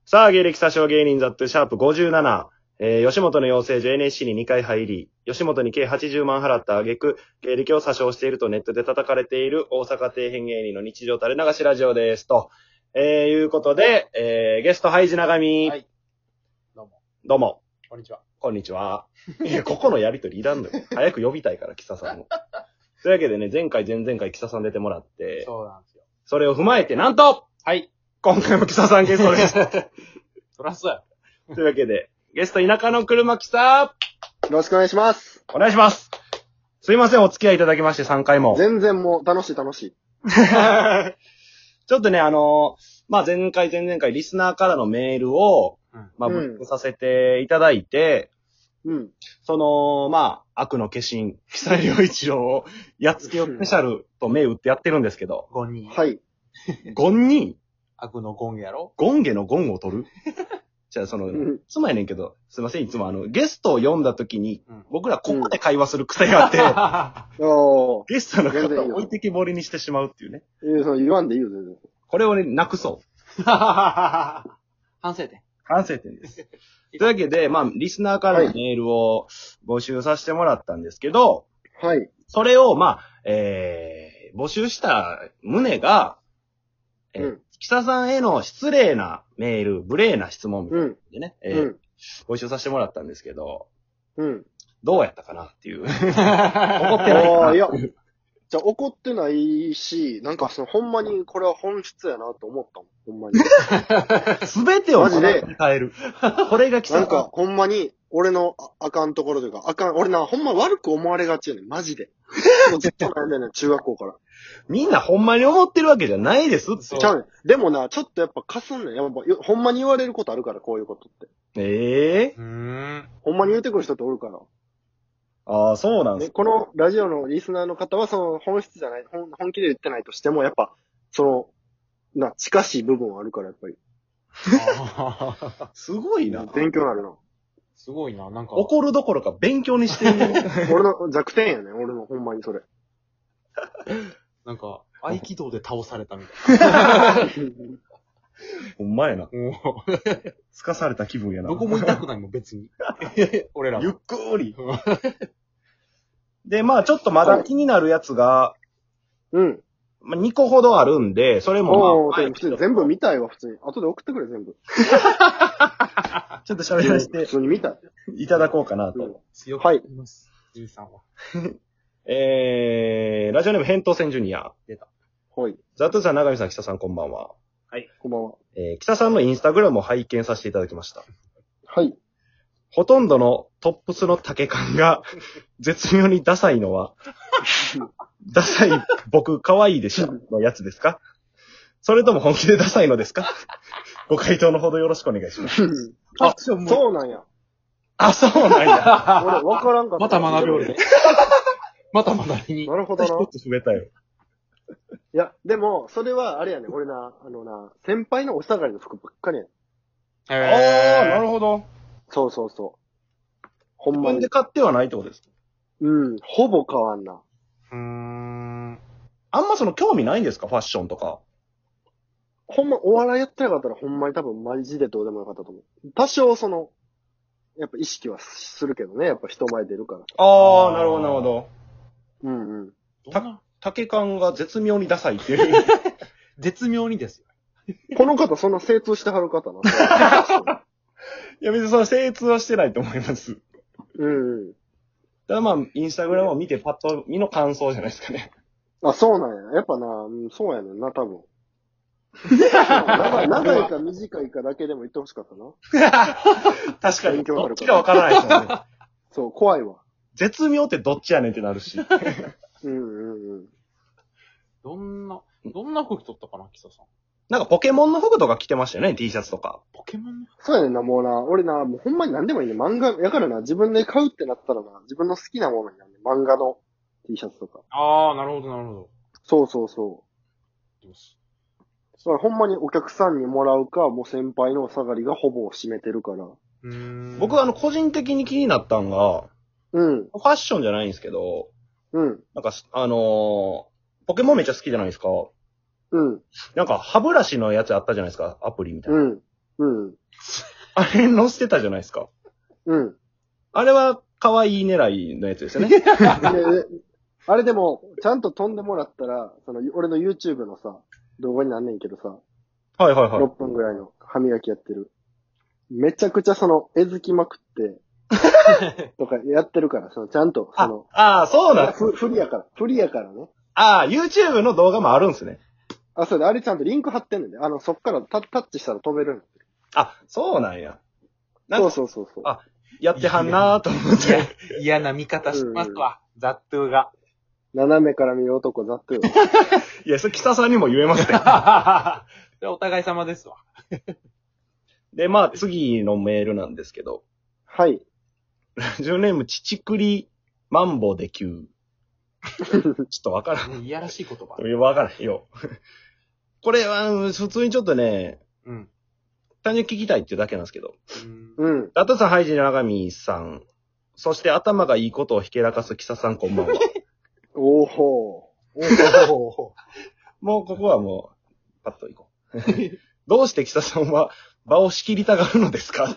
さあ、芸歴詐称芸人ザットシャープ57。吉本の養成所 NSC に2回入り、吉本に計80万払った挙句、芸歴を詐称しているとネットで叩かれている大阪底辺芸人の日常垂れ流しラジオです。と、いうことで、ゲスト、ハイジ長見。 はい。どうも。 どうも。 こんにちは。 こんにちは。いや、ここのやりとりいらんのよ。早く呼びたいから、キサさんも。というわけでね、前回、前々回、キサさん出てもらって、 そうなんですよ。 それを踏まえて、なんとはい。 今回もキサさんゲストです。 そらそうや。 というわけで、ゲスト、田舎の車キサよろしくお願いします。 お願いします。すいません、お付き合いいただきまして3回も。 全然もう楽しい楽しい。 ちょっとね、前回、前々回、リスナーからのメールを、 うんブックさせていただいて、 うん。 悪の化身、久井良一郎を、やっつけよスペシャルと銘打ってやってるんですけど、 ゴンに。 はい。 ゴンに、 悪のゴンやろゴンゲのゴンを取るじゃあ、 んつまやねんけど、すいません、いつもゲストを読んだ時に、 うん僕らここで会話する癖があって、 おー。 ゲストの全然いいよ方を置いてきぼりにしてしまうっていうね。 その言わんでいいよ、全然。 これをね、なくそう。 反省点。 反省点です。というわけで、リスナーからのメールを募集させてもらったんですけど、 はい。 それを、募集した旨が、北さんへの失礼なメール、無礼な質問みたいなのでね、募集させてもらったんですけど、どうやったかなっていう。怒ってないかな。 いや、じゃあ怒ってないし、なんかほんまにこれは本質やなと思ったもん。ほんまに。 すべてをマジで変える。これが北さん。 なんか、ほんまに、俺のあかんところというか、俺な、ほんま悪く思われがちやねん、マジで。もうずっと悩んでんねん、中学校から。 みんなほんまに思ってるわけじゃないですって。 ちゃうねん。でもな、ちょっとやっぱかすんねん。やっぱ、ほんまに言われることあるから、こういうことって。ほんまに言うてくる人っておるから。 ああ、そうなんですこのラジオのリスナーの方は、その本質じゃない、本気で言ってないとしても、やっぱ、近しい部分はあるから、やっぱり。 すごいな。 勉強になるな。 すごいな、なんか。 怒るどころか勉強にしてる。 俺の弱点やね俺のほんまにそれ。 なんか、合気道で倒されたみたいな。 ほんまやな。 もすかされた気分やう、 な。 どこも痛くないもん、別に。俺らは。 ゆっくり。で、ちょっとまだ気になるやつが、2個ほどあるんで、それも普通に全部見たいわ、普通に。後で送ってくれ、全部。 ちょっと喋らせて普通に見たい。 いただこうかなと。 強く言います。じいさんは。 ラジオネーム扁桃腺ジュニア。 出た。 はい。 ザットさん、長見さん、北さん、こんばんは。 こんばんは。 北さんのインスタグラムを拝見させていただきました。 はい。 ほとんどのトップスの丈感が絶妙にダサいのは、ダサい僕可愛いでしょのやつですか？それとも本気でダサいのですか？ご回答のほどよろしくお願いします。 そうなんや。 あ、そうなんや。 俺、わからんかった。 また学びおる。また学びに。 なるほどな。 一つ増えたよ。 いや、でも、それは、あれやね俺な、先輩のお下がりの服ばっかりやねああ、なるほど。 そうそうそう。ほんまに自分で。買ってはないってことですか？ ほぼ変わんな。 あんま興味ないんですか？ファッションとか。 ほんま、お笑いやってなかったらほんまに多分マジでどうでもよかったと思う。多少やっぱ意識はするけどね、やっぱ人前出るから。 ああ、なるほど、なるほど。丈感が絶妙にダサいっていう。 絶妙にですよ。 この方そんな精通してはる方な。 いや、別に精通はしてないと思います。ただインスタグラムを見てパッと見の感想じゃないですかね。 あ、そうなんや。やっぱな、そうやねんな、多分。長いか短いかだけでも言ってほしかったな。 確かに。 勉強になるからどっちかわからないですよね。 そう、怖いわ。 絶妙ってどっちやねんってなるし。 どんな服着とったかな、キサさん。 なんかポケモンの服とか着てましたよね、T シャツとか。 ポケモンそうやねんな、もうな、俺な、もうほんまに何でもいいね。漫画、やからな、自分で買うってなったらな、自分の好きなものになるね。漫画の T シャツとか。 ああ、なるほど、なるほど。 そうそうそう。だからほんまにお客さんにもらうか、もう先輩のお下がりがほぼ占めてるから。 僕個人的に気になったんが、ファッションじゃないんですけど、なんか、ポケモンめっちゃ好きじゃないですか。なんか、歯ブラシのやつあったじゃないですか、アプリみたいな。 うん。 あれ載せてたじゃないですか。 うん。 あれは可愛い狙いのやつですよね。 であれでも、ちゃんと飛んでもらったら、俺の YouTube のさ、動画になんねんけどさ、 はいはいはい 6。分ぐらいの歯磨きやってる。めちゃくちゃえずきまくって、とかやってるから、ちゃんと、 そうなんです。 不利やからね。 YouTube の動画もあるんですね。 そうで、あれちゃんとリンク貼ってんねんで。そっからタッチしたら飛べるんそうなんや。 そうそうそう。 やってはんなーと思って。 嫌な見方しますわ。ザットゥーが。 斜めから見る男ざっとよ。 いや、それ北さんにも言えますね。 それお互い様ですわ。 で、まあ次のメールなんですけど、 はい。 ラジオネームちちくりマンボで9。ちょっとわからん。 いやらしい言葉。 わからんよ。これは、普通にちょっとね、 うん。 単純に聞きたいっていうだけなんですけど。 うん。 ダットさん、ハイジの長見さん。そして頭がいいことをひけらかすキサさん、こんばんは。 おーほもう、ここはもう、パッといこう。どうしてキサさんは場を仕切りたがるのですか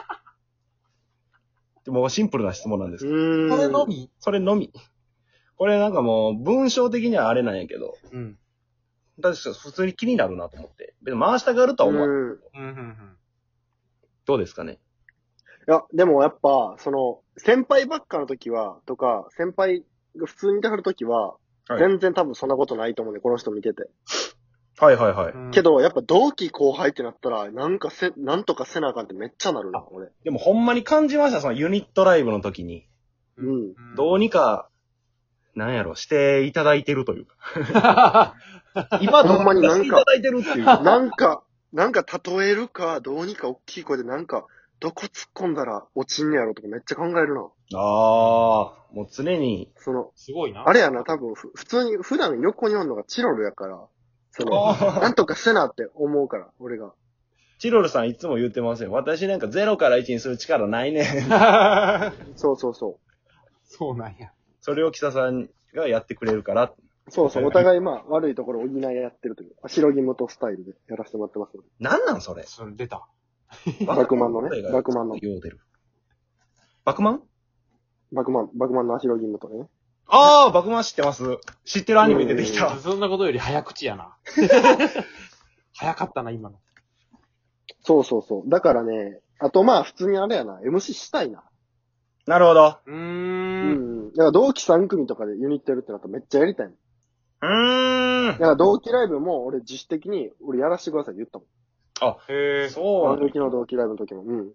もうシンプルな質問なんですけど。 ー。 これのみそれのみ。これなんかもう、文章的にはあれなんやけど、 うん。 確か普通に気になるなと思って。別に回したがるとは思わない。 うん。 うん、うん、 どうですかね。 いや、でもやっぱ、先輩ばっかの時は、とか、先輩が普通にいてはる時は、 はい全然多分そんなことないと思うね、この人見てて。 はいはいはい。 うん。 けど、やっぱ同期後輩ってなったら、なんとかせなあかんってめっちゃなるな、俺。 でもほんまに感じました、そのユニットライブの時に。 うん。 どうにか、なんやろ、していただいてるというか。今ほんまになんかしていただいてるっていう。 なんか例えるか、どうにか大きい声でどこ突っ込んだら落ちんねやろとかめっちゃ考えるな。 もう常に。 すごいな。 あれやな、多分、普通に、普段横におんのがチロルやから、 あーなんとかせなって思うから、俺が。 チロルさんいつも言ってますよ。私なんか0から1にする力ないねん。 そうそうそそうなんや。 それをキサさんがやってくれるから。 う。そうそう、お互い悪いところを補いやってるという。白義務とスタイルでやらせてもらってますので。 なんなんそれ。 それ出た。 バクマンのね、バクマンの。 よう出る。バクマンバクマンの白義務とね。 バクマン知ってます。知ってるアニメ出てきた。 そんなことより早口やな。早かったな、今の。 そうそうそう。だからね、あと普通にあれやな、MC したいな。 なるほど。 うー。 うんん。だから同期3組とかでユニットやるってなったらめっちゃやりたいもん。だから同期ライブも俺自主的に俺やらせてくださいって言ったもん。 へえ。 そうなんだ。 同期の同期ライブの時も。うん。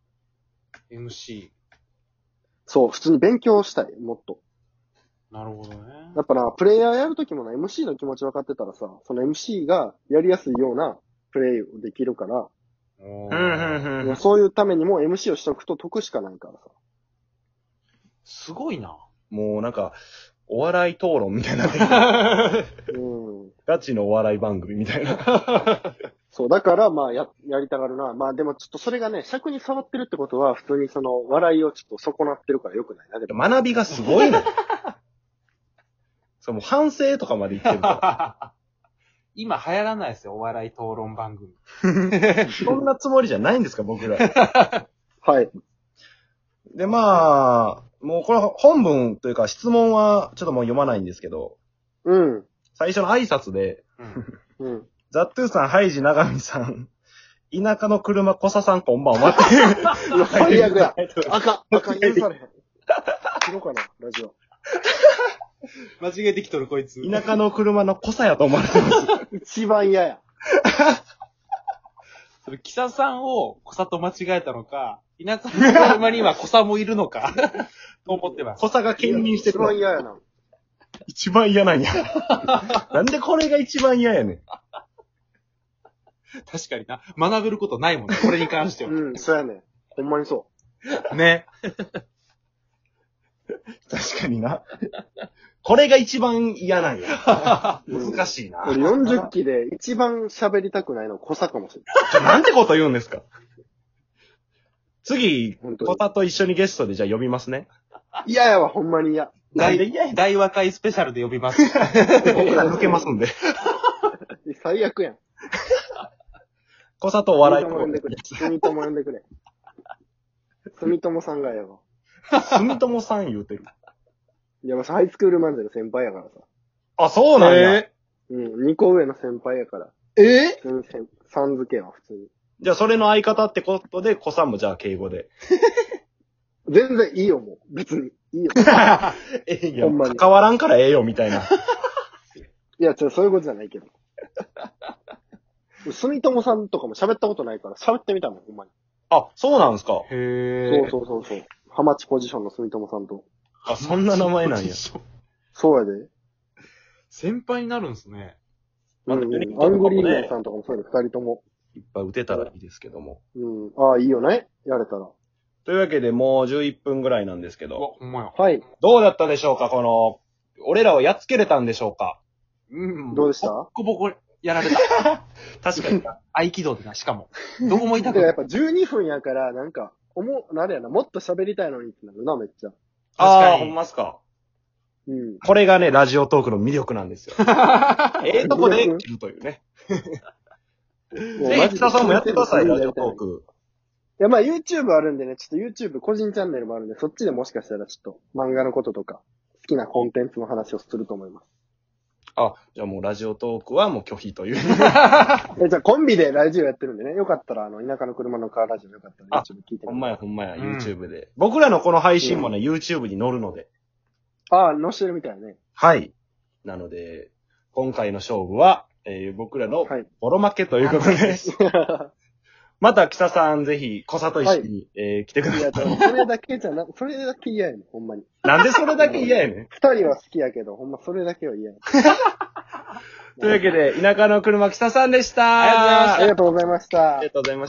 MC。 そう、普通に勉強したい、もっと。 なるほどね。 やっぱな、プレイヤーやるときもな、MC の気持ち分かってたらさ、その MC がやりやすいようなプレイをできるから、 おうんいやそういうためにも MC をしとくと得しかないからさ。 すごいな。 もうなんか、お笑い討論みたいになってきてうん。 ガチのお笑い番組みたいな。 そう、だからやりたがるな。でもちょっとそれがね、尺に触ってるってことは、普通に笑いをちょっと損なってるから良くないな。でも学びがすごいね。そう、もう反省とかまで言ってるか今流行らないですよ、お笑い討論番組。 ら。そんなつもりじゃないんですか、僕ら。 はい。 で、もうこれ本文というか質問はちょっともう読まないんですけど、 うん。 最初の挨拶で、 うん。 うん。 ザットゥーさん、ハイジ、長見さん、田舎の車、小佐さん、こんばんはっていう。 いや、最悪や。あかん、許されへん。切ろうかな、ラジオ。 間違えてきとる、こいつ。 田舎の車の小佐やと思われてます。 一番嫌や。 それ、キサさんを小佐と間違えたのか、田舎の車には小佐もいるのか、と思ってます。 小佐が兼任して一る番嫌やな。 一番嫌なんや。なんでこれが一番嫌やねん。 確かにな。学べることないもんね、これに関しては。 うん、そうやね。ほんまにそね。 確かにな。これが一番嫌なんや。難しいな。 う。俺40期で一番喋りたくないの小佐かもしれなんてこと言うんですか。次、 本当に小佐と一緒にゲストでじゃあ呼びますね。 ない。嫌やわ、ほんまに嫌。 なんで嫌やねん。 大和会スペシャルで呼びます。 僕ら抜けますんで。 最悪やん。 小里お笑い住友呼んでくれ。住友呼んでくれ。住友さんがやわ。 住友さん言うてる。 いや、ハイスクール漫才の先輩やからさ。 あ、そうなんや。 うん、2個上の先輩やから。普通にさん付けは普通に。 じゃあ、それの相方ってことで、子さんもじゃあ敬語で。 全然いいよ、もう。別に。いいよ。 いやほんまに関わらんからええよ、みたいな。 いや、そういうことじゃないけど。住友さんとかも喋ったことないから、喋ってみたもん、ほんまに。 あ、そうなんすか。 そう。ハマチポジションの住友さんと。 あ、そんな名前なんや。 そうやで。 先輩になるんすね。 アングリーメンさんとかもそうやで、二人とも。 いっぱい打てたらいいですけども。 うん。ああ、いいよね。やれたら。 というわけで、もう11分ぐらいなんですけど。 ほんまや。 はい。 どうだったでしょうか、この、俺らをやっつけれたんでしょうか。 どうでしたボコボコやられた。 確かに。 合気道でな、しかも。どこも痛くない。 だからやっぱ12分やから、なんか、なれやな、もっと喋りたいのにってなるな、めっちゃ。 ああ、ほんまっすか。 うん。 これがね、ラジオトークの魅力なんですよ。ええとこで切るというね。ぜひ、北さんもやってください、ラジオトーク。 いや、まあ YouTube あるんでね、ちょっと YouTube 個人チャンネルもあるんで、そっちでもしかしたらちょっと漫画のこととか、好きなコンテンツの話をすると思います。 あ、じゃあもうラジオトークはもう拒否という。 じゃあコンビでラジオやってるんでね、よかったら田舎の車のカーラジオよかったら YouTube 聞いてほんまや、ほんまや、 うん YouTube で。僕らのこの配信もね、YouTube に載るので。 ああ、載してるみたいね。 はい。なので、今回の勝負は、僕らのはい。 ボロ負けということで、また北さんぜひ、小里石に、来てくだいや、 さい。 それだけじゃな、それだけ嫌やねん、ほんまに。 なんでそれだけ嫌やねん。 二人は好きやけど、ほんまそれだけは嫌やねん。 というわけで、田舎の車北さんでした。 ありがとうございました。 ありがとうございました。